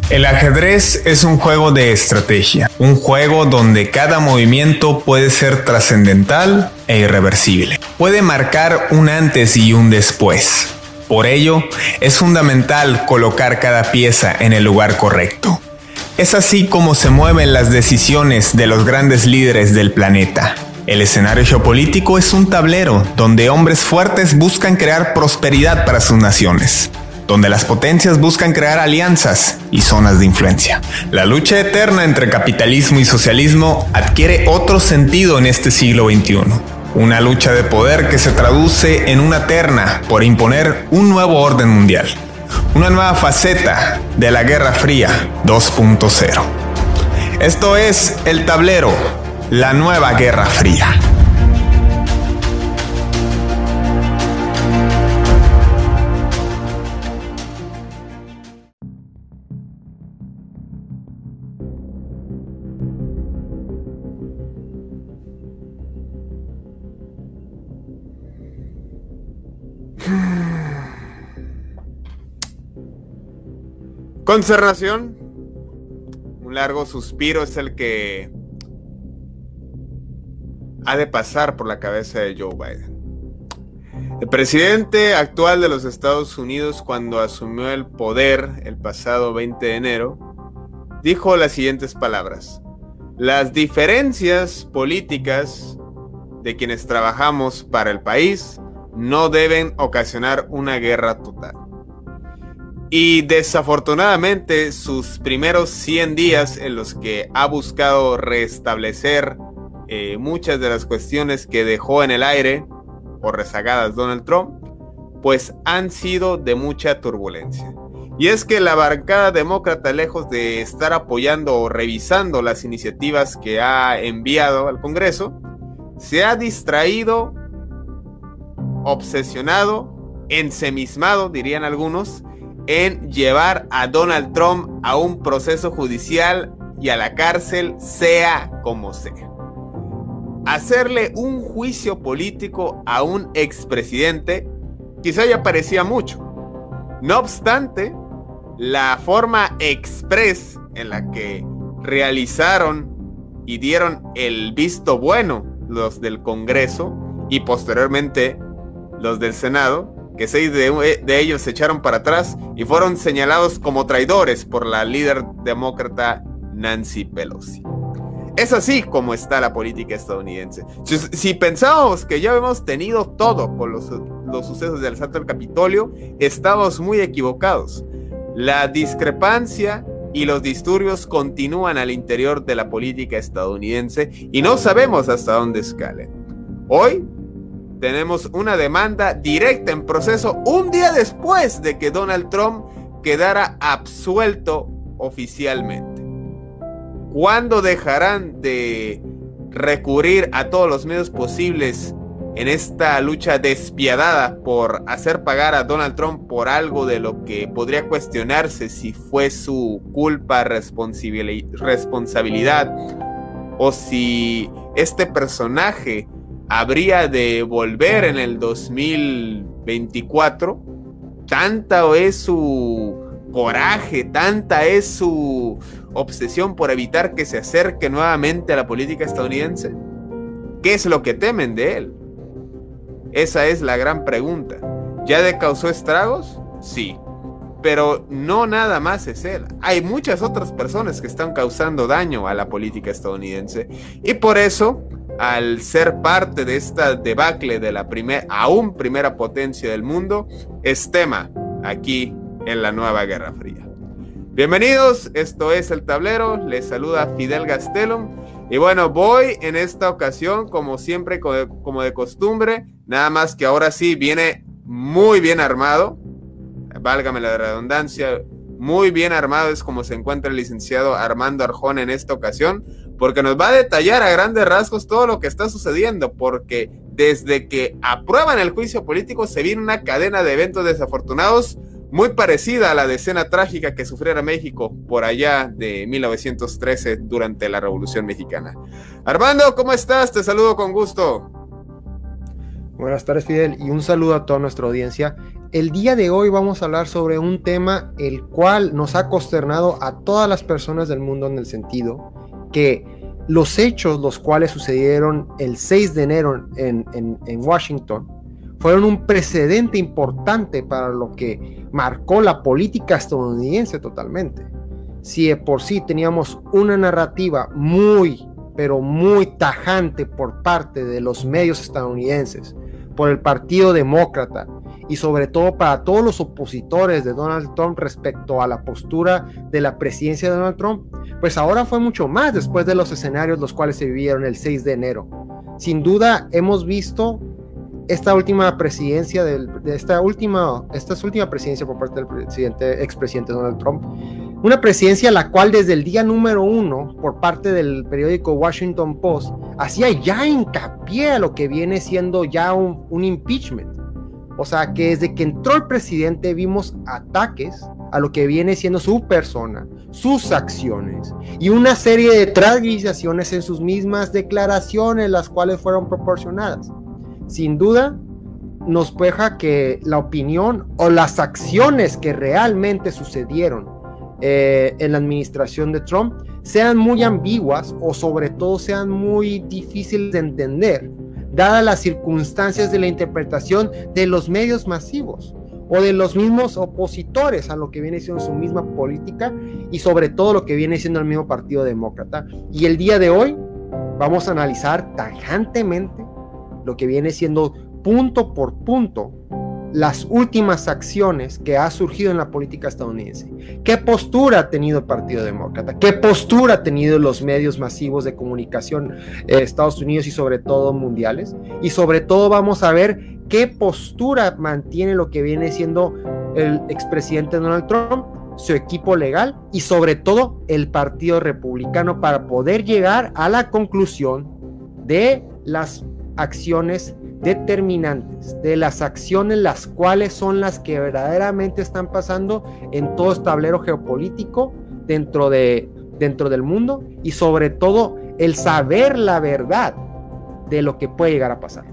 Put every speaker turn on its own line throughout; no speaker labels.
El ajedrez es un juego de estrategia, un juego donde cada movimiento puede ser trascendental e irreversible. Puede marcar un antes y un después. Por ello, es fundamental colocar cada pieza en el lugar correcto. Es así como se mueven las decisiones de los grandes líderes del planeta. El escenario geopolítico es un tablero donde hombres fuertes buscan crear prosperidad para sus naciones, donde las potencias buscan crear alianzas y zonas de influencia. La lucha eterna entre capitalismo y socialismo adquiere otro sentido en este siglo XXI. Una lucha de poder que se traduce en una terna por imponer un nuevo orden mundial. Una nueva faceta de la Guerra Fría 2.0. Esto es El Tablero, la nueva Guerra Fría. Consternación. Un largo suspiro es el que ha de pasar por la cabeza de Joe Biden. El presidente actual de los Estados Unidos, cuando asumió el poder el pasado 20 de enero, dijo las siguientes palabras: las diferencias políticas de quienes trabajamos para el país no deben ocasionar una guerra total. Y desafortunadamente sus primeros 100 días en los que ha buscado restablecer muchas de las cuestiones que dejó en el aire o rezagadas Donald Trump, pues han sido de mucha turbulencia. Y es que la bancada demócrata, lejos de estar apoyando o revisando las iniciativas que ha enviado al Congreso, se ha distraído, obsesionado, ensimismado, dirían algunos, en llevar a Donald Trump a un proceso judicial y a la cárcel, sea como sea. Hacerle un juicio político a un expresidente quizá ya parecía mucho. No obstante, la forma express en la que realizaron y dieron el visto bueno los del Congreso y posteriormente los del Senado, que 6 de ellos se echaron para atrás y fueron señalados como traidores por la líder demócrata Nancy Pelosi. Es así como está la política estadounidense. Si pensábamos que ya hemos tenido todo con los sucesos del asalto al Capitolio, estamos muy equivocados. La discrepancia y los disturbios continúan al interior de la política estadounidense y no sabemos hasta dónde escalen. Hoy tenemos una demanda directa en proceso un día después de que Donald Trump quedara absuelto oficialmente. ¿Cuándo dejarán de recurrir a todos los medios posibles en esta lucha despiadada por hacer pagar a Donald Trump por algo de lo que podría cuestionarse si fue su culpa, responsabilidad, o si este personaje habría de volver en el 2024? Tanta es su coraje, tanta es su obsesión por evitar que se acerque nuevamente a la política estadounidense. ¿Qué es lo que temen de él? Esa es la gran pregunta. ¿Ya causó estragos? Sí. Pero no nada más es él. Hay muchas otras personas que están causando daño a la política estadounidense. Y por eso, al ser parte de esta debacle de la aún primera potencia del mundo, es tema aquí en la nueva Guerra Fría. Bienvenidos, esto es El Tablero, les saluda Fidel Gastelum. Y bueno, voy en esta ocasión, como siempre, como de costumbre, nada más que ahora sí viene muy bien armado, válgame la redundancia, muy bien armado es como se encuentra el licenciado Armando Arjona en esta ocasión, porque nos va a detallar a grandes rasgos todo lo que está sucediendo, porque desde que aprueban el juicio político se viene una cadena de eventos desafortunados muy parecida a la decena trágica que sufriera México por allá de 1913 durante la Revolución Mexicana. Armando, ¿cómo estás? Te saludo con gusto.
Buenas tardes, Fidel, y un saludo a toda nuestra audiencia. el día de hoy vamos a hablar sobre un tema el cual nos ha consternado a todas las personas del mundo, en el sentido que los hechos los cuales sucedieron el 6 de enero en Washington fueron un precedente importante para lo que marcó la política estadounidense totalmente. Si de por sí teníamos una narrativa muy, pero muy tajante por parte de los medios estadounidenses, por el Partido Demócrata y sobre todo para todos los opositores de Donald Trump respecto a la postura de la presidencia de Donald Trump, pues ahora fue mucho más después de los escenarios los cuales se vivieron el 6 de enero. Sin duda hemos visto esta última presidencia esta última presidencia por parte del expresidente Donald Trump, una presidencia la cual desde el día número 1 por parte del periódico Washington Post hacía ya hincapié a lo que viene siendo ya un impeachment. O sea, que desde que entró el presidente vimos ataques a lo que viene siendo su persona, sus acciones y una serie de transgrediciones en sus mismas declaraciones, las cuales fueron proporcionadas. Sin duda, nos deja que la opinión o las acciones que realmente sucedieron en la administración de Trump sean muy ambiguas o sobre todo sean muy difíciles de entender, dadas las circunstancias de la interpretación de los medios masivos o de los mismos opositores a lo que viene siendo su misma política y sobre todo lo que viene siendo el mismo Partido Demócrata. Y el día de hoy vamos a analizar tajantemente lo que viene siendo punto por punto las últimas acciones que ha surgido en la política estadounidense. ¿Qué postura ha tenido el Partido Demócrata? ¿Qué postura ha tenido los medios masivos de comunicación Estados Unidos y sobre todo mundiales? Y sobre todo vamos a ver qué postura mantiene lo que viene siendo el expresidente Donald Trump, su equipo legal y sobre todo el Partido Republicano para poder llegar a la conclusión de las acciones determinantes, de las acciones las cuales son las que verdaderamente están pasando en todo este tablero geopolítico dentro del mundo y sobre todo el saber la verdad de lo que puede llegar a pasar.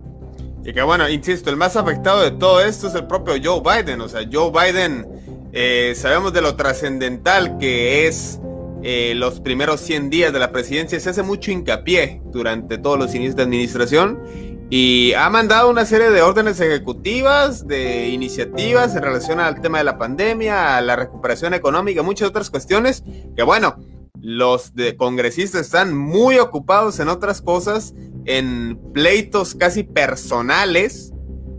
Y que bueno, insisto, el más afectado de todo esto es el propio Joe Biden. O sea, Joe Biden, sabemos de lo trascendental que es los primeros 100 días de la presidencia. Se hace mucho hincapié durante todos los inicios de administración y ha mandado una serie de órdenes ejecutivas, de iniciativas en relación al tema de la pandemia, a la recuperación económica, muchas otras cuestiones que bueno, los congresistas están muy ocupados en otras cosas, en pleitos casi personales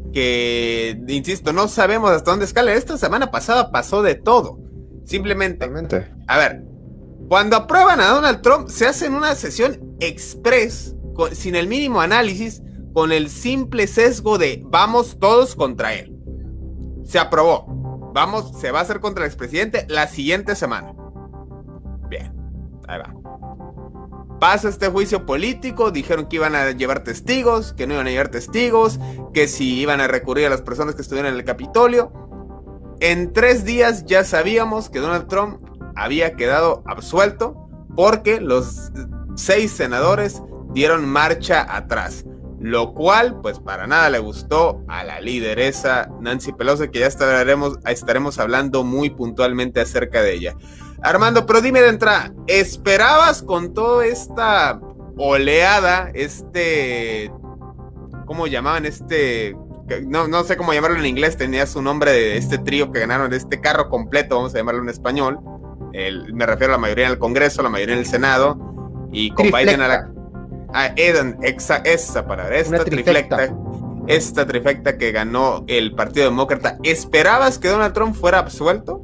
que, insisto, no sabemos hasta dónde escala. Esta semana pasada pasó de todo. Simplemente, a ver, cuando aprueban a Donald Trump, se hace en una sesión express, sin el mínimo análisis, con el simple sesgo de vamos todos contra él. Se aprobó. Se va a hacer contra el expresidente la siguiente semana. Bien, ahí va. Pasa este juicio político, dijeron que iban a llevar testigos, que no iban a llevar testigos, que si iban a recurrir a las personas que estuvieran en el Capitolio. En 3 días ya sabíamos que Donald Trump había quedado absuelto porque los 6 senadores dieron marcha atrás, lo cual pues para nada le gustó a la lideresa Nancy Pelosi, que ya estaremos hablando muy puntualmente acerca de ella. Armando, pero dime de entrada, ¿esperabas con toda esta oleada, ¿cómo llamaban no sé cómo llamarlo en inglés, tenía su nombre de este trío que ganaron, de este carro completo, vamos a llamarlo en español, me refiero a la mayoría en el Congreso, la mayoría en el Senado, y con Biden esa palabra, esta trifecta que ganó el Partido Demócrata? ¿Esperabas que Donald Trump fuera absuelto?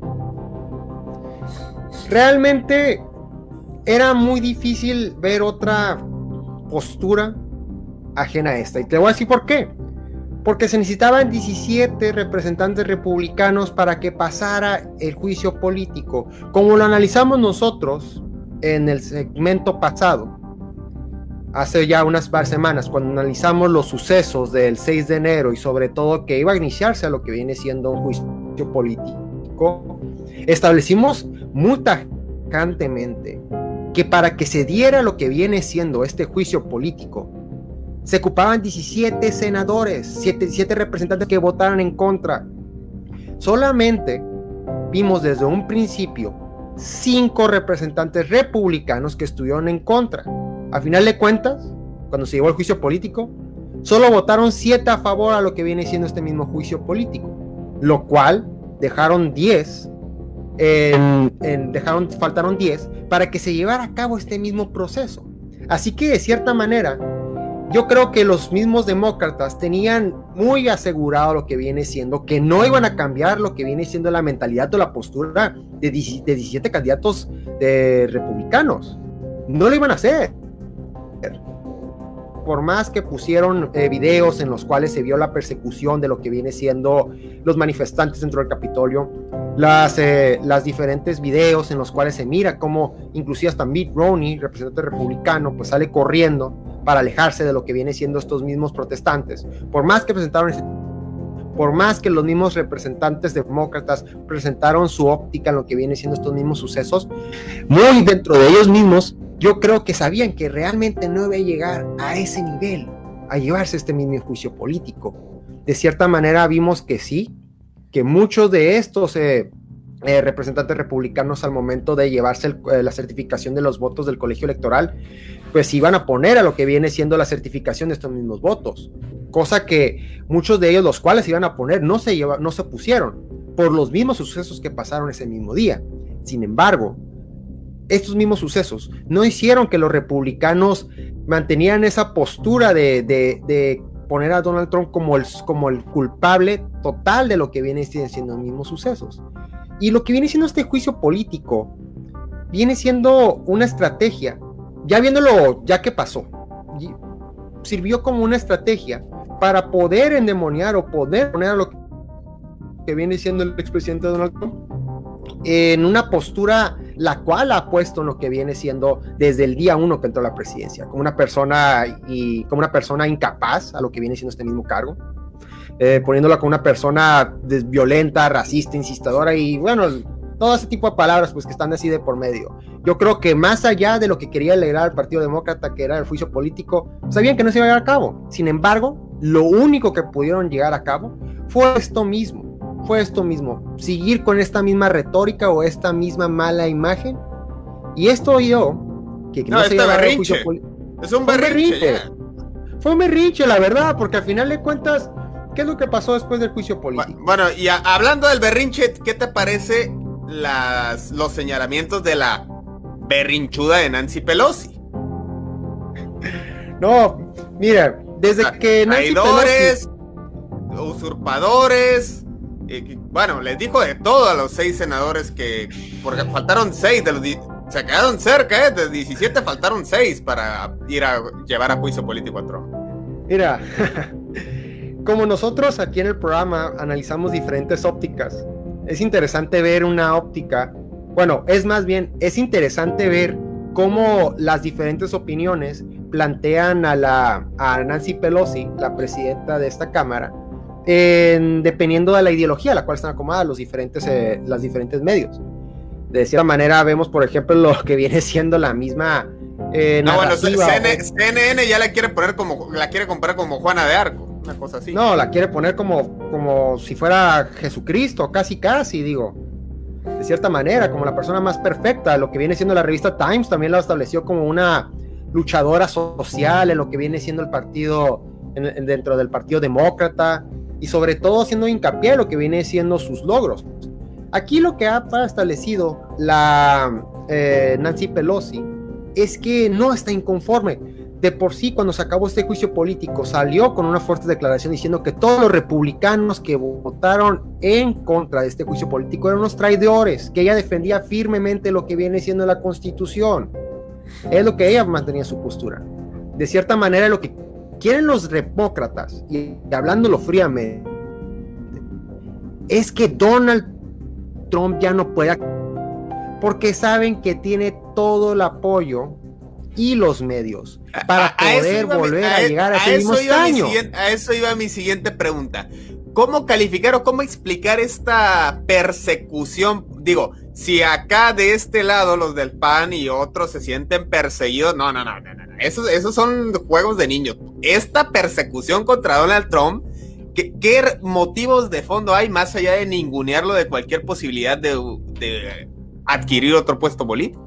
Realmente era muy difícil ver otra postura ajena a esta. Y te voy a decir por qué. Porque se necesitaban 17 representantes republicanos para que pasara el juicio político. Como lo analizamos nosotros en el segmento pasado, hace ya unas par semanas, cuando analizamos los sucesos del 6 de enero y sobre todo que iba a iniciarse a lo que viene siendo un juicio político, establecimos muy tajantemente que para que se diera lo que viene siendo este juicio político, se ocupaban 17 senadores, 7 representantes que votaran en contra Solamente vimos desde un principio 5 representantes republicanos que estuvieron en contra. A final de cuentas, cuando se llevó el juicio político, solo votaron 7 a favor a lo que viene siendo este mismo juicio político, lo cual dejaron 10, faltaron 10 para que se llevara a cabo este mismo proceso. Así que de cierta manera, yo creo que los mismos demócratas tenían muy asegurado lo que viene siendo, que no iban a cambiar lo que viene siendo la mentalidad o la postura de 17 candidatos de republicanos. No lo iban a hacer. Por más que pusieron videos en los cuales se vio la persecución de lo que viene siendo los manifestantes dentro del Capitolio, las diferentes videos en los cuales se mira cómo inclusive hasta Mitt Romney, representante republicano, pues sale corriendo para alejarse de lo que viene siendo estos mismos protestantes. Por más que los mismos representantes demócratas presentaron su óptica en lo que viene siendo estos mismos sucesos, muy dentro de ellos mismos, yo creo que sabían que realmente no iba a llegar a ese nivel, a llevarse este mismo juicio político. De cierta manera vimos que sí, que muchos de estos representantes republicanos al momento de llevarse la certificación de los votos del colegio electoral, pues iban a poner a lo que viene siendo la certificación de estos mismos votos, cosa que muchos de ellos, los cuales iban a poner, no se pusieron por los mismos sucesos que pasaron ese mismo día. Sin embargo, estos mismos sucesos no hicieron que los republicanos mantenieran esa postura de poner a Donald Trump como el culpable total de lo que viene siendo los mismos sucesos. Y lo que viene siendo este juicio político viene siendo una estrategia, ya viéndolo, ya que pasó, sirvió como una estrategia para poder endemoniar o poder poner a lo que viene siendo el expresidente Donald Trump en una postura la cual ha puesto en lo que viene siendo desde el día 1 que entró a la presidencia, como una persona incapaz a lo que viene siendo este mismo cargo, poniéndola como una persona violenta, racista, insistidora y bueno, todo ese tipo de palabras pues que están así de por medio. Yo creo que más allá de lo que quería alegrar al Partido Demócrata, que era el juicio político, sabían que no se iba a llevar a cabo. Sin embargo, lo único que pudieron llegar a cabo fue esto mismo, seguir con esta misma retórica o esta misma mala imagen. Y esto yo, que no se lleva a juicio político.
Es un berrinche.
Fue un berrinche, la verdad, porque al final de cuentas, ¿qué es lo que pasó después del juicio político?
Bueno, y hablando del berrinche, ¿qué te parece los señalamientos de la berrinchuda de Nancy Pelosi?
No, mira, desde que Nancy
traidores, Pelosi, usurpadores, bueno, les dijo de todo a los 6 senadores porque faltaron 6 de los se quedaron cerca, de 17 faltaron 6 para ir a llevar a juicio político a Trump.
Mira, como nosotros aquí en el programa analizamos diferentes ópticas, es interesante ver una óptica, es interesante ver cómo las diferentes opiniones plantean a Nancy Pelosi, la presidenta de esta cámara, dependiendo de la ideología a la cual están acomodadas los diferentes medios. De cierta manera vemos, por ejemplo, lo que viene siendo la misma
CNN ya la quiere comparar como Juana de Arco, una cosa así.
No, la quiere poner como si fuera Jesucristo, casi, digo. De cierta manera, como la persona más perfecta. Lo que viene siendo la revista Times también la estableció como una luchadora social en lo que viene siendo el partido, dentro del Partido Demócrata, y sobre todo haciendo hincapié en lo que viene siendo sus logros. Aquí lo que ha establecido la Nancy Pelosi es que no está inconforme. De por sí, cuando se acabó este juicio político, salió con una fuerte declaración diciendo que todos los republicanos que votaron en contra de este juicio político eran unos traidores, que ella defendía firmemente lo que viene siendo la Constitución. Es lo que ella mantenía su postura. De cierta manera, lo que quieren los demócratas, y hablándolo fríamente, es que Donald Trump ya no pueda, porque saben que tiene todo el apoyo y los medios para poder volver a llegar a ese mismo escaño.
A eso iba mi siguiente pregunta. ¿Cómo calificar o cómo explicar esta persecución? Digo, si acá de este lado los del PAN y otros se sienten perseguidos, no. Esos son juegos de niños. Esta persecución contra Donald Trump ¿Qué motivos de fondo hay más allá de ningunearlo de cualquier posibilidad de adquirir otro puesto político?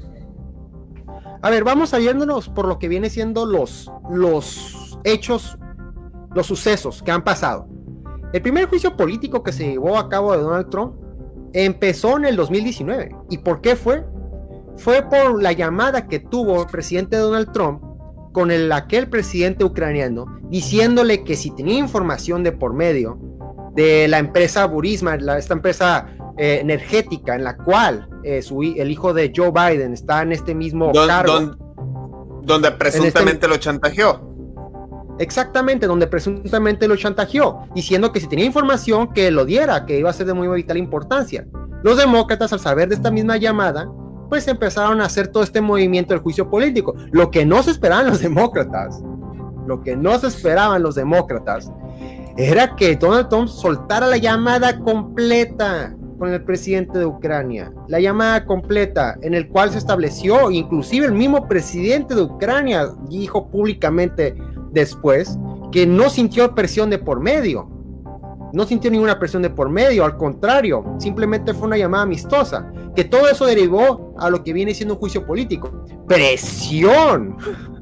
A ver, vamos yéndonos por lo que viene siendo los hechos, los sucesos que han pasado. El primer juicio político que se llevó a cabo de Donald Trump empezó en el 2019. ¿Y por qué fue? Fue por la llamada que tuvo el presidente Donald Trump con aquel presidente ucraniano, diciéndole que si tenía información de por medio de la empresa Burisma, esta empresa energética en la cual el hijo de Joe Biden está en este mismo cargo.
Donde presuntamente lo chantajeó.
Exactamente, donde presuntamente lo chantajeó, diciendo que si tenía información que lo diera, que iba a ser de muy vital importancia. Los demócratas, al saber de esta misma llamada, pues empezaron a hacer todo este movimiento del juicio político. Lo que no se esperaban los demócratas, era que Donald Trump soltara la llamada completa con el presidente de Ucrania, la llamada completa en el cual se estableció, inclusive el mismo presidente de Ucrania dijo públicamente después que no sintió presión de por medio, no sintió ninguna presión de por medio, al contrario, simplemente fue una llamada amistosa, que todo eso derivó a lo que viene siendo un juicio político. Presión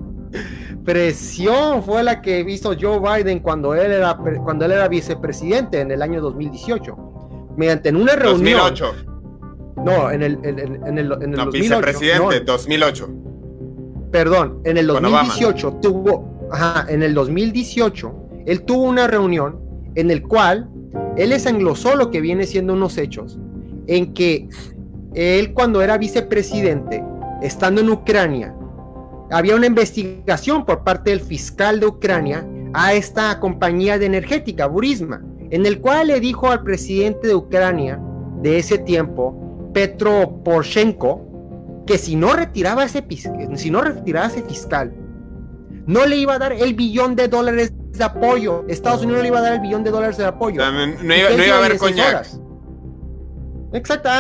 fue la que hizo Joe Biden cuando él era vicepresidente en el año 2018, mediante una reunión.
2008.
No, en el 2008,
vicepresidente, no, 2008.
Perdón, en el 2018 en el 2018 él tuvo una reunión en el cual él les englosó lo que viene siendo unos hechos en que él, cuando era vicepresidente, estando en Ucrania, había una investigación por parte del fiscal de Ucrania a esta compañía de energética, Burisma, en el cual le dijo al presidente de Ucrania de ese tiempo, Petro Poroshenko, que si no retiraba ese fiscal, no le iba a dar el $1 billón de apoyo. Estados Unidos le iba a dar el $1 billón de apoyo.
No iba a haber coñac.
Exacto,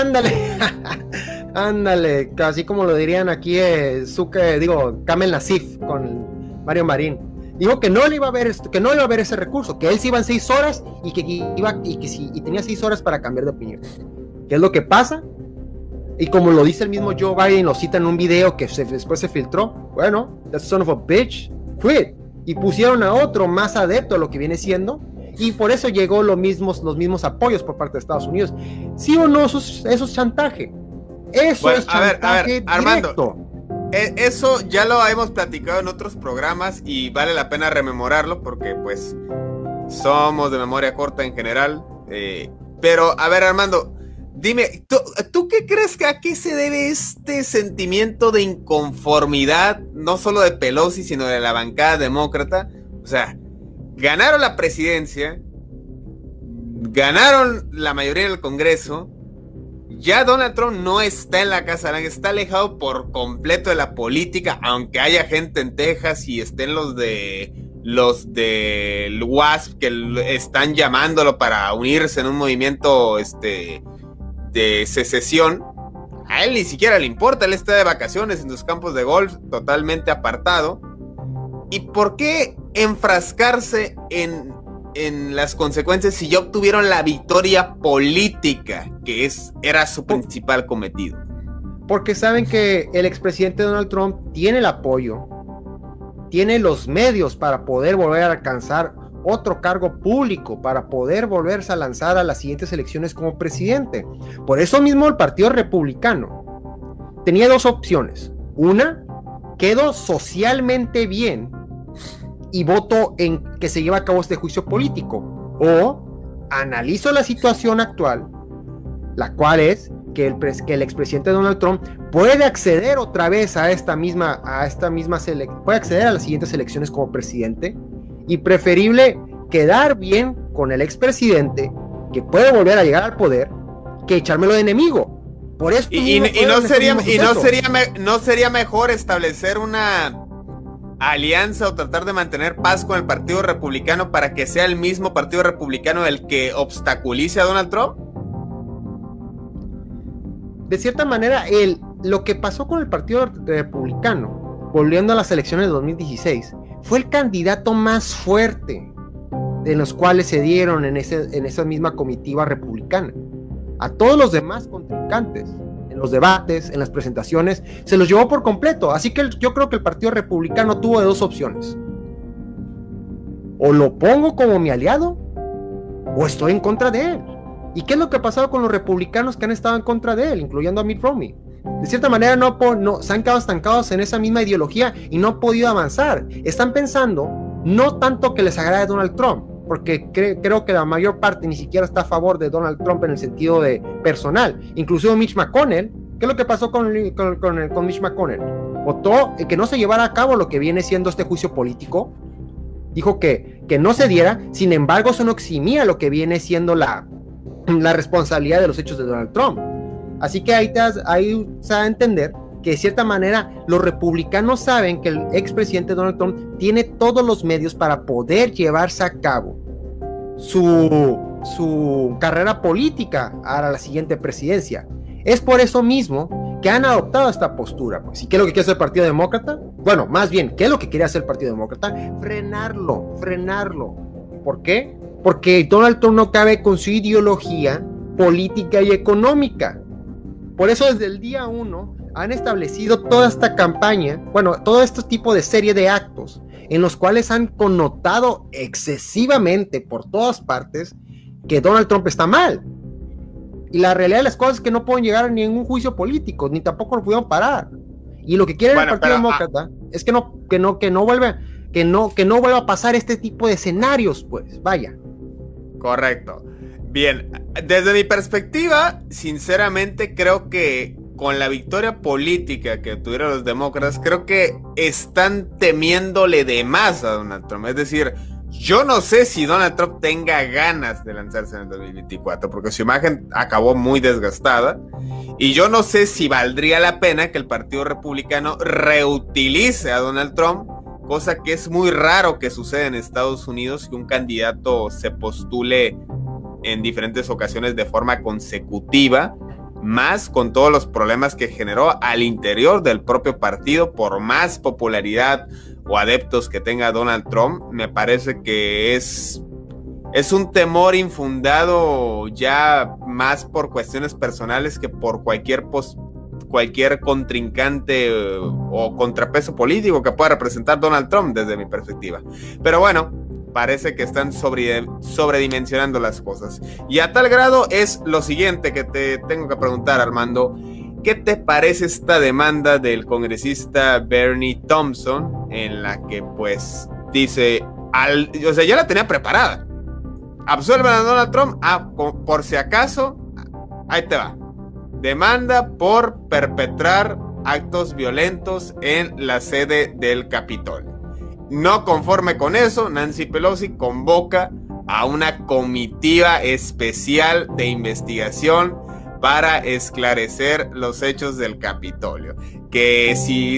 ándale, así como lo dirían aquí Kamel Nassif con Mario Marín. Dijo que no le iba a haber ese recurso, que él se iba en 6 horas y que tenía 6 horas para cambiar de opinión. ¿Qué es lo que pasa? Y como lo dice el mismo Joe Biden, lo cita en un video que después se filtró. Bueno, that son of a bitch quit. Y pusieron a otro más adepto a lo que viene siendo. Y por eso llegó los mismos apoyos por parte de Estados Unidos. ¿Sí o no? Eso es chantaje. Eso es chantaje directo.
Armando, eso ya lo hemos platicado en otros programas y vale la pena rememorarlo porque pues somos de memoria corta en general. Pero a ver, Armando, dime, ¿tú qué crees que a qué se debe este sentimiento de inconformidad, no solo de Pelosi, sino de la bancada demócrata? O sea, ganaron la presidencia, ganaron la mayoría del Congreso, ya Donald Trump no está en la Casa Blanca, está alejado por completo de la política, aunque haya gente en Texas y estén los del WASP que están llamándolo para unirse en un movimiento de secesión. A él ni siquiera le importa, él está de vacaciones en sus campos de golf, totalmente apartado. ¿Y por qué enfrascarse en las consecuencias si ya obtuvieron la victoria política, que era su principal cometido?
Porque saben que el expresidente Donald Trump tiene el apoyo, tiene los medios para poder volver a alcanzar otro cargo público, para poder volverse a lanzar a las siguientes elecciones como presidente. Por eso mismo el Partido Republicano tenía 2 opciones. Una, quedo socialmente bien y voto en que se lleve a cabo este juicio político, o analizo la situación actual, la cual es que el expresidente Donald Trump puede acceder otra vez puede acceder a las siguientes elecciones como presidente, y preferible quedar bien con el expresidente que puede volver a llegar al poder que echármelo de enemigo. Por eso
no sería mejor establecer una alianza o tratar de mantener paz con el Partido Republicano para que sea el mismo Partido Republicano el que obstaculice a Donald Trump.
De cierta manera, lo que pasó con el Partido Republicano, volviendo a las elecciones de 2016, fue el candidato más fuerte en los cuales se dieron en esa misma comitiva republicana. A todos los demás contrincantes, en los debates, en las presentaciones, se los llevó por completo. Así que yo creo que el Partido Republicano tuvo de dos opciones: o lo pongo como mi aliado, o estoy en contra de él. ¿Y qué es lo que ha pasado con los republicanos que han estado en contra de él, incluyendo a Mitt Romney? De cierta manera se han quedado estancados en esa misma ideología y no han podido avanzar. Están pensando no tanto que les agrade Donald Trump, porque creo que la mayor parte ni siquiera está a favor de Donald Trump en el sentido de personal. Inclusive Mitch McConnell, ¿qué es lo que pasó con Mitch McConnell? Votó que no se llevara a cabo lo que viene siendo este juicio político. Dijo que no se diera. Sin embargo, eso no eximía lo que viene siendo la responsabilidad de los hechos de Donald Trump. Así que ahí se da a entender que de cierta manera los republicanos saben que el expresidente Donald Trump tiene todos los medios para poder llevarse a cabo su carrera política a la siguiente presidencia. Es por eso mismo que han adoptado esta postura, pues. ¿Y qué es lo que quiere hacer el Partido Demócrata? Bueno, más bien, ¿qué es lo que quiere hacer el Partido Demócrata? Frenarlo. ¿Por qué? Porque Donald Trump no cabe con su ideología política y económica. Por eso desde el día 1 han establecido toda esta campaña, todo este tipo de serie de actos en los cuales han connotado excesivamente por todas partes que Donald Trump está mal. Y la realidad de las cosas es que no pueden llegar a ningún juicio político, ni tampoco lo pudieron parar. Y lo que quiere el Partido Demócrata es que no vuelva a pasar este tipo de escenarios, pues, vaya.
Correcto. Bien, desde mi perspectiva, sinceramente creo que con la victoria política que tuvieron los demócratas, creo que están temiéndole de más a Donald Trump. Es decir, yo no sé si Donald Trump tenga ganas de lanzarse en el 2024, porque su imagen acabó muy desgastada, y yo no sé si valdría la pena que el Partido Republicano reutilice a Donald Trump, cosa que es muy raro que suceda en Estados Unidos, que un candidato se postule en diferentes ocasiones de forma consecutiva, más con todos los problemas que generó al interior del propio partido. Por más popularidad o adeptos que tenga Donald Trump, me parece que es un temor infundado, ya más por cuestiones personales que por cualquier contrincante o contrapeso político que pueda representar Donald Trump desde mi perspectiva. Pero bueno, parece que están sobredimensionando las cosas. Y a tal grado es lo siguiente que te tengo que preguntar, Armando. ¿Qué te parece esta demanda del congresista Bernie Thompson, en la que pues dice, ya la tenía preparada? Absuelven a Donald Trump, por si acaso, ahí te va. Demanda por perpetrar actos violentos en la sede del Capitolio. No conforme con eso, Nancy Pelosi convoca a una comitiva especial de investigación para esclarecer los hechos del Capitolio. Que si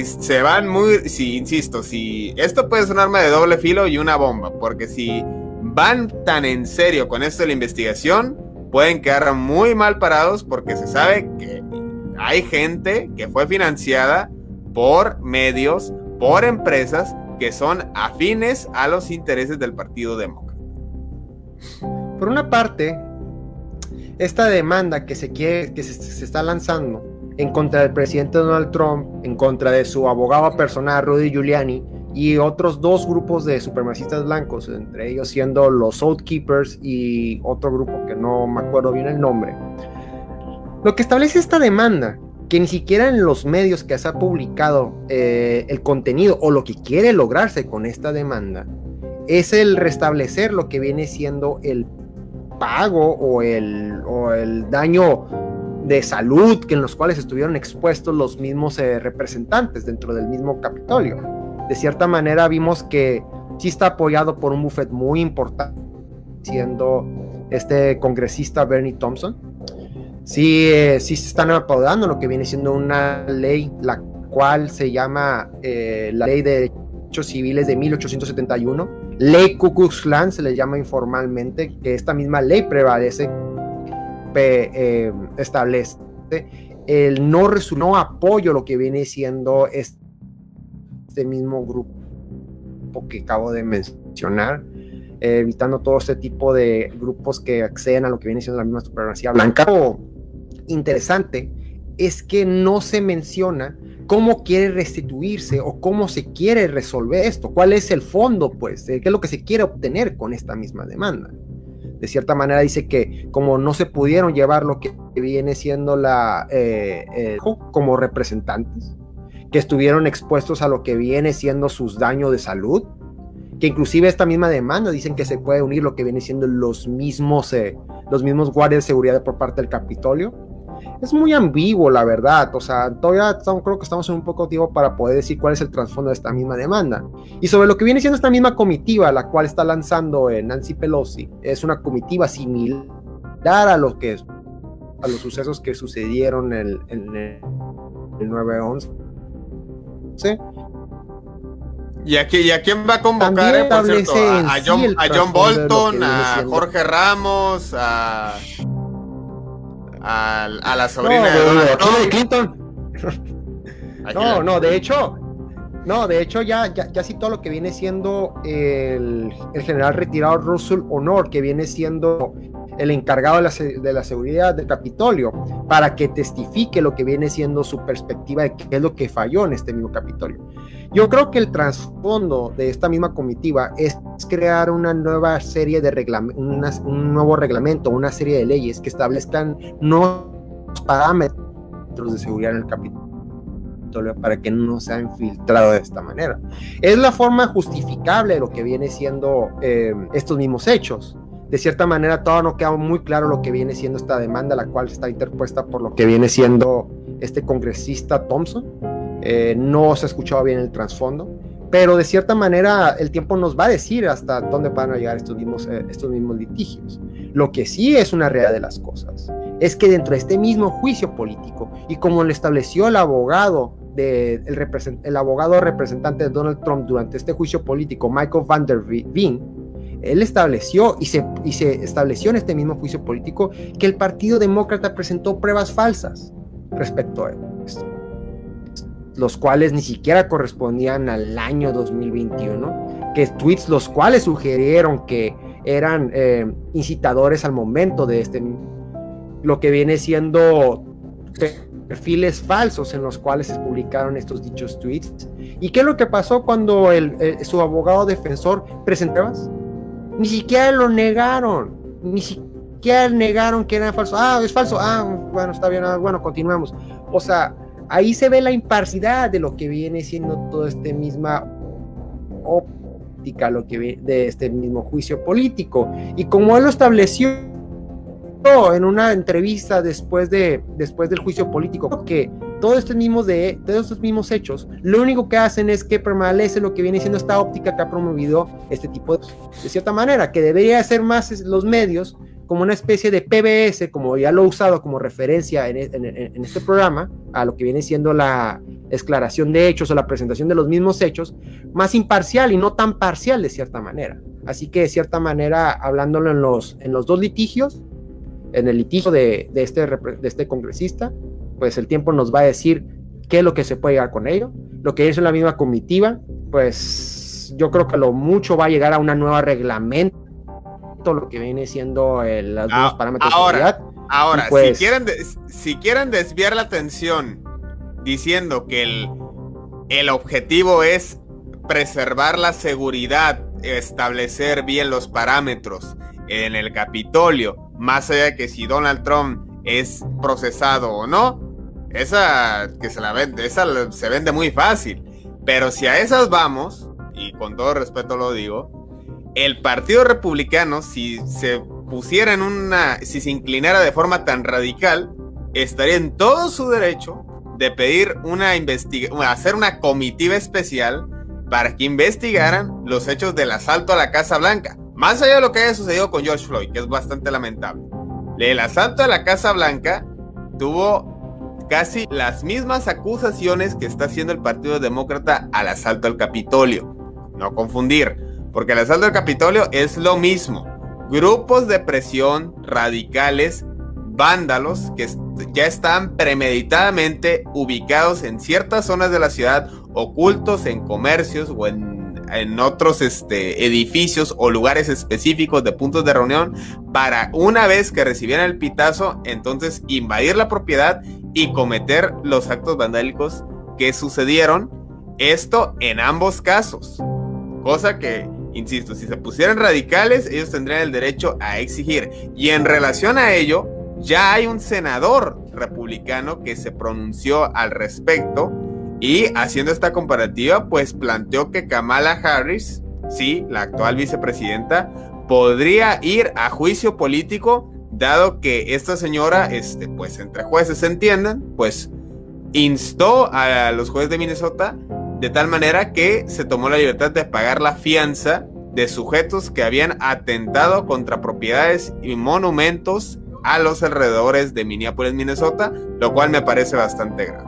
esto puede ser un arma de doble filo y una bomba, porque si van tan en serio con esto de la investigación, pueden quedar muy mal parados, porque se sabe que hay gente que fue financiada por medios, por empresas que son afines a los intereses del Partido Demócrata.
Por una parte, esta demanda que se está lanzando en contra del presidente Donald Trump, en contra de su abogado personal Rudy Giuliani y otros dos grupos de supremacistas blancos, entre ellos siendo los Oath Keepers y otro grupo que no me acuerdo bien el nombre. Lo que establece esta demanda, que ni siquiera en los medios que se ha publicado el contenido o lo que quiere lograrse con esta demanda, es el restablecer lo que viene siendo el pago o el daño de salud que en los cuales estuvieron expuestos los mismos representantes dentro del mismo Capitolio. De cierta manera vimos que sí está apoyado por un buffet muy importante, siendo este congresista Bernie Thompson. Sí se están apoderando lo que viene siendo una ley, la cual se llama la Ley de Derechos Civiles de 1871, Ley Ku Klux Klan se le llama informalmente, que esta misma ley establece el no apoyo a lo que viene siendo este mismo grupo que acabo de mencionar, evitando todo este tipo de grupos que acceden a lo que viene siendo la misma supremacía blanca. Lo interesante es que no se menciona cómo quiere restituirse o cómo se quiere resolver esto, cuál es el fondo, pues, qué es lo que se quiere obtener con esta misma demanda. De cierta manera dice que como no se pudieron llevar lo que viene siendo como representantes, que estuvieron expuestos a lo que viene siendo sus daños de salud, que inclusive esta misma demanda dicen que se puede unir lo que viene siendo los mismos guardias de seguridad por parte del Capitolio. Es muy ambiguo, la verdad. O sea, todavía creo que estamos en un poco tiempo para poder decir cuál es el trasfondo de esta misma demanda. Y sobre lo que viene siendo esta misma comitiva, la cual está lanzando Nancy Pelosi, es una comitiva similar a los sucesos que sucedieron en el 9/11. ¿Sí?
¿Y a quién va a convocar, por cierto? ¿A John Bolton, a Jorge Ramos, a la sobrina de Donald Trump?
Clinton? De hecho ya citó lo que viene siendo el general retirado Russell Honor, que viene siendo el encargado de la seguridad del Capitolio, para que testifique lo que viene siendo su perspectiva de qué es lo que falló en este mismo Capitolio. Yo creo que el trasfondo de esta misma comitiva es crear una nueva serie de un nuevo reglamento, una serie de leyes que establezcan nuevos parámetros de seguridad en el Capitolio para que no sea infiltrado de esta manera. Es la forma justificable de lo que viene siendo estos mismos hechos. De cierta manera todavía no queda muy claro lo que viene siendo esta demanda, la cual está interpuesta por lo que viene siendo este congresista Thompson. No se ha escuchado bien el trasfondo, pero de cierta manera el tiempo nos va a decir hasta dónde van a llegar estos mismos litigios. Lo que sí es una realidad de las cosas es que dentro de este mismo juicio político, y como lo estableció el abogado representante de Donald Trump durante este juicio político, Michael Van der Veen, él estableció y se estableció en este mismo juicio político que el Partido Demócrata presentó pruebas falsas respecto a esto, los cuales ni siquiera correspondían al año 2021, que tweets los cuales sugirieron que eran incitadores al momento de lo que viene siendo perfiles falsos en los cuales se publicaron estos dichos tweets. ¿Y qué es lo que pasó cuando su abogado defensor presentó pruebas? Ni siquiera lo negaron, ni siquiera negaron que era falso. Es falso, bueno, está bien, bueno, continuemos. O sea, ahí se ve la imparcialidad de lo que viene siendo toda esta misma óptica, lo que de este mismo juicio político. Y como él lo estableció en una entrevista después del juicio político, que todos estos mismos hechos, lo único que hacen es que prevalece lo que viene siendo esta óptica que ha promovido este tipo de cierta manera, que debería ser más los medios como una especie de PBS, como ya lo he usado como referencia en este programa, a lo que viene siendo la declaración de hechos o la presentación de los mismos hechos, más imparcial y no tan parcial de cierta manera. Así que de cierta manera, hablándolo en los dos litigios, en el litigio de este congresista, pues el tiempo nos va a decir qué es lo que se puede llegar con ello. Lo que es la misma comitiva, pues yo creo que lo mucho va a llegar a una nueva reglamento, lo que viene siendo los nuevos parámetros de seguridad. Ahora,
pues, si quieren desviar la atención diciendo que el objetivo es preservar la seguridad, establecer bien los parámetros en el Capitolio, más allá de que si Donald Trump es procesado o no, esa se vende muy fácil. Pero si a esas vamos, y con todo respeto lo digo, el Partido Republicano, si se inclinara de forma tan radical, estaría en todo su derecho de pedir hacer una comitiva especial para que investigaran los hechos del asalto a la Casa Blanca, más allá de lo que haya sucedido con George Floyd, que es bastante lamentable. El asalto a la Casa Blanca tuvo casi las mismas acusaciones que está haciendo el Partido Demócrata al asalto al Capitolio. No confundir, porque el asalto al Capitolio es lo mismo. Grupos de presión, radicales, vándalos que ya están premeditadamente ubicados en ciertas zonas de la ciudad, ocultos en comercios o en en otros edificios o lugares específicos de puntos de reunión para, una vez que recibieran el pitazo, entonces invadir la propiedad y cometer los actos vandálicos que sucedieron. Esto en ambos casos, cosa que, insisto, si se pusieran radicales, ellos tendrían el derecho a exigir. Y en relación a ello, ya hay un senador republicano que se pronunció al respecto y, haciendo esta comparativa, pues planteó que Kamala Harris, sí, la actual vicepresidenta, podría ir a juicio político, dado que esta señora, pues entre jueces se entiendan, pues instó a los jueces de Minnesota de tal manera que se tomó la libertad de pagar la fianza de sujetos que habían atentado contra propiedades y monumentos a los alrededores de Minneapolis, Minnesota, lo cual me parece bastante grave.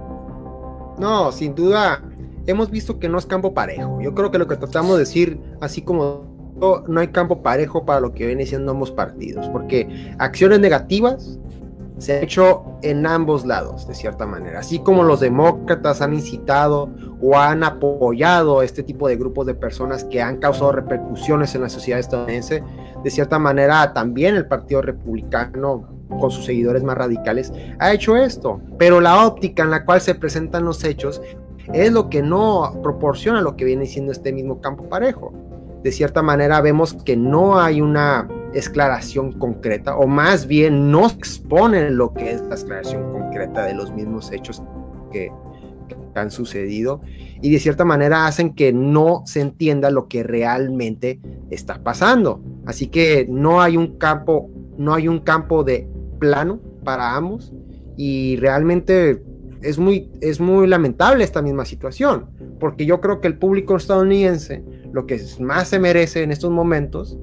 No, sin duda, hemos visto que no es campo parejo. Yo creo que lo que tratamos de decir, así como no hay campo parejo para lo que viene siendo ambos partidos, porque acciones negativas se han hecho en ambos lados, de cierta manera. Así como los demócratas han incitado o han apoyado este tipo de grupos de personas que han causado repercusiones en la sociedad estadounidense, de cierta manera también el Partido Republicano, con sus seguidores más radicales, ha hecho esto. Pero la óptica en la cual se presentan los hechos es lo que no proporciona lo que viene siendo este mismo campo parejo. De cierta manera vemos que no hay una esclaración concreta, o más bien no exponen lo que es la esclaración concreta de los mismos hechos que han sucedido, y de cierta manera hacen que no se entienda lo que realmente está pasando. Así que no hay un campo de plano para ambos, y realmente es muy lamentable esta misma situación, porque yo creo que el público estadounidense lo que más se merece en estos momentos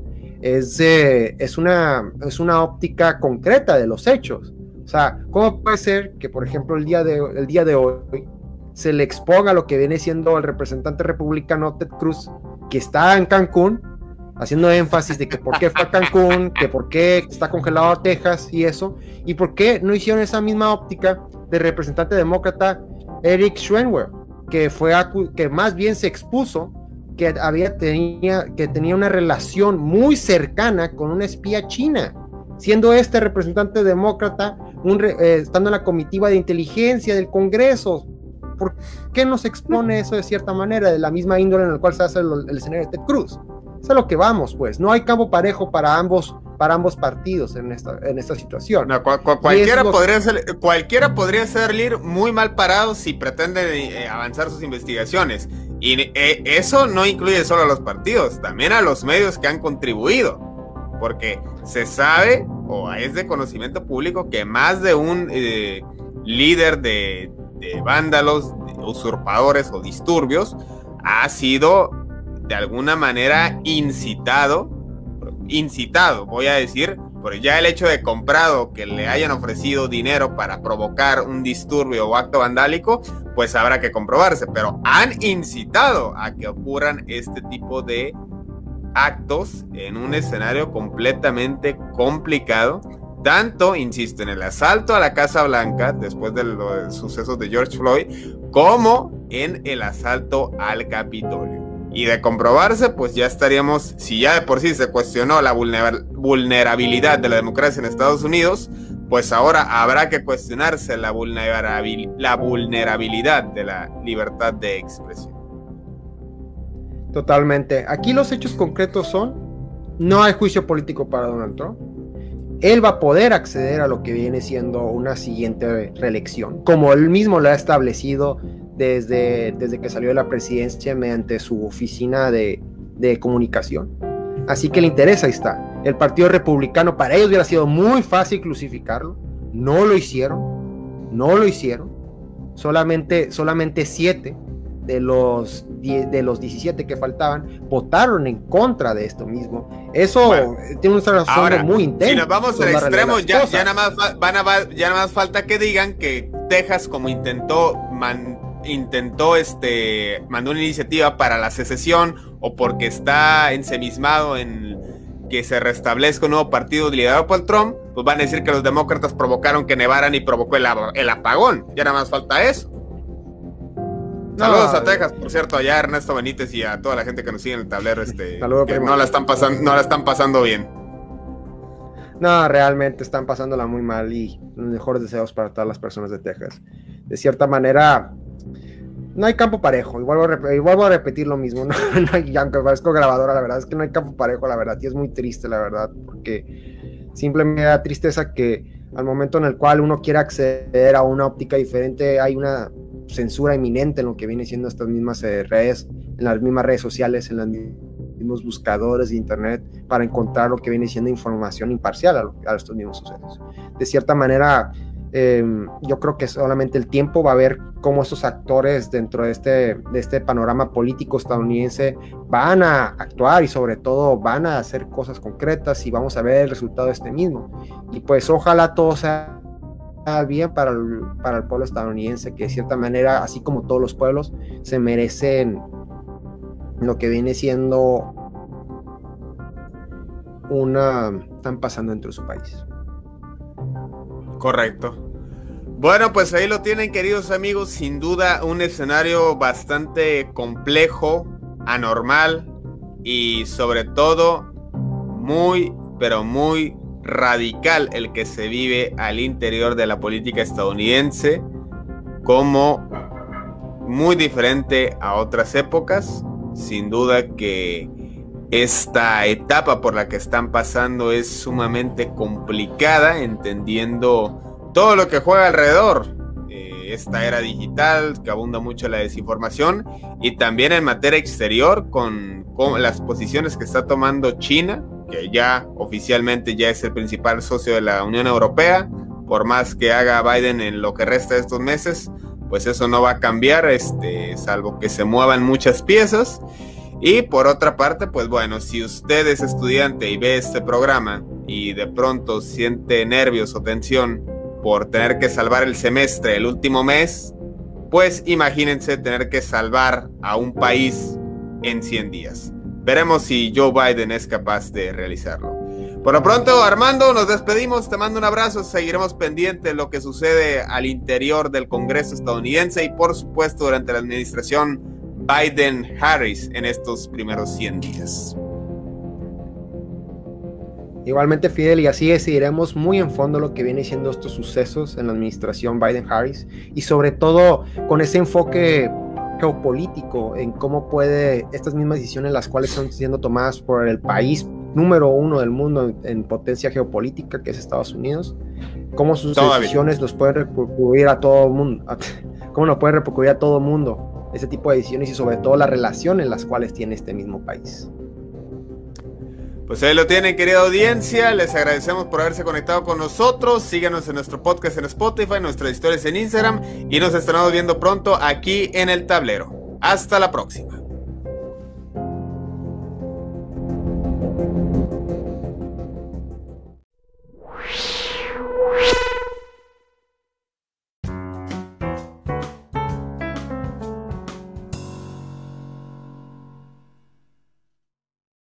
es una óptica concreta de los hechos. O sea, ¿cómo puede ser que, por ejemplo, el día de hoy se le exponga lo que viene siendo el representante republicano Ted Cruz, que está en Cancún, haciendo énfasis de que por qué fue a Cancún, que por qué está congelado Texas y eso, y por qué no hicieron esa misma óptica del representante demócrata Eric Schwenwer, que más bien se expuso que tenía una relación muy cercana con una espía china, siendo este representante demócrata estando en la comitiva de inteligencia del Congreso? ¿Por qué no se expone eso de cierta manera, de la misma índole en la cual se hace el escenario de Ted Cruz? Es a lo que vamos, pues. No hay campo parejo para ambos partidos en esta situación.
No, cualquiera podría salir muy mal parado si pretende avanzar sus investigaciones. Y eso no incluye solo a los partidos, también a los medios que han contribuido. Porque se sabe, o es de conocimiento público, que más de un líder de vándalos, de usurpadores o disturbios ha sido de alguna manera incitado, voy a decir, por ya el hecho de comprado, que le hayan ofrecido dinero para provocar un disturbio o acto vandálico, pues habrá que comprobarse, pero han incitado a que ocurran este tipo de actos en un escenario completamente complicado, tanto, insisto, en el asalto a la Casa Blanca después de los sucesos de George Floyd, como en el asalto al Capitolio. Y de comprobarse, pues ya estaríamos, si ya de por sí se cuestionó la vulnerabilidad de la democracia en Estados Unidos, pues ahora habrá que cuestionarse la vulnerabilidad de la libertad de expresión.
Totalmente. Aquí los hechos concretos son: no hay juicio político para Donald Trump. Él va a poder acceder a lo que viene siendo una siguiente reelección, como él mismo lo ha establecido desde que salió de la presidencia mediante su oficina de comunicación. Así que el interés ahí está. El Partido Republicano, para ellos hubiera sido muy fácil crucificarlo. No lo hicieron. Solamente 7 de los 17 que faltaban votaron en contra de esto mismo. Eso tiene un trasfondo muy intenso.
Si nos vamos al extremo, ya nada más falta que digan que Texas, como mandó una iniciativa para la secesión, o porque está ensemismado en que se restablezca un nuevo partido liderado por Trump, pues van a decir que los demócratas provocaron que nevaran y provocó el apagón. Ya nada más falta eso. Saludos
No,
a Texas, por cierto, allá a Ernesto Benítez y a toda la gente que nos sigue en el tablero,
saludo,
que
primo.
no la están pasando bien.
No, realmente están pasándola muy mal y los mejores deseos para todas las personas de Texas. De cierta manera, no hay campo parejo, y vuelvo a repetir lo mismo, no, y aunque parezco grabadora, la verdad es que no hay campo parejo, la verdad, y es muy triste, la verdad, porque simplemente me da tristeza que al momento en el cual uno quiere acceder a una óptica diferente, hay una censura inminente en lo que viene siendo estas mismas redes, en las mismas redes sociales, en los mismos buscadores de internet, para encontrar lo que viene siendo información imparcial a estos mismos sucesos. De cierta manera, yo creo que solamente el tiempo va a ver cómo estos actores dentro de este panorama político estadounidense van a actuar y sobre todo van a hacer cosas concretas y vamos a ver el resultado de este mismo. Y pues ojalá todo sea bien para el pueblo estadounidense, que de cierta manera, así como todos los pueblos, se merecen lo que viene siendo están pasando dentro de su país.
Correcto. Bueno, pues ahí lo tienen, queridos amigos, sin duda un escenario bastante complejo, anormal y sobre todo muy, pero muy radical el que se vive al interior de la política estadounidense, como muy diferente a otras épocas. Sin duda que esta etapa por la que están pasando es sumamente complicada, entendiendo todo lo que juega alrededor. Esta era digital, que abunda mucho la desinformación, y también en materia exterior, con las posiciones que está tomando China, que ya oficialmente ya es el principal socio de la Unión Europea. Por más que haga Biden en lo que resta de estos meses, pues eso no va a cambiar, salvo que se muevan muchas piezas. Y por otra parte, pues bueno, si usted es estudiante y ve este programa y de pronto siente nervios o tensión por tener que salvar el semestre el último mes, pues imagínense tener que salvar a un país en 100 días. Veremos si Joe Biden es capaz de realizarlo. Por lo pronto, Armando, nos despedimos, te mando un abrazo, seguiremos pendientes de lo que sucede al interior del Congreso estadounidense y por supuesto durante la administración Biden-Harris en estos primeros 100 días.
Igualmente, Fidel, y así seguiremos muy en fondo lo que viene siendo estos sucesos en la administración Biden-Harris y sobre todo con ese enfoque geopolítico en cómo puede estas mismas decisiones, las cuales están siendo tomadas por el país número 1 del mundo en potencia geopolítica, que es Estados Unidos, cómo sus decisiones los pueden repercutir a todo el mundo, cómo lo pueden repercutir a todo el mundo, ese tipo de decisiones y sobre todo las relaciones las cuales tiene este mismo país.
Pues ahí lo tienen, querida audiencia, les agradecemos por haberse conectado con nosotros, síganos en nuestro podcast en Spotify, nuestras historias en Instagram y nos estaremos viendo pronto aquí en El Tablero. Hasta la próxima.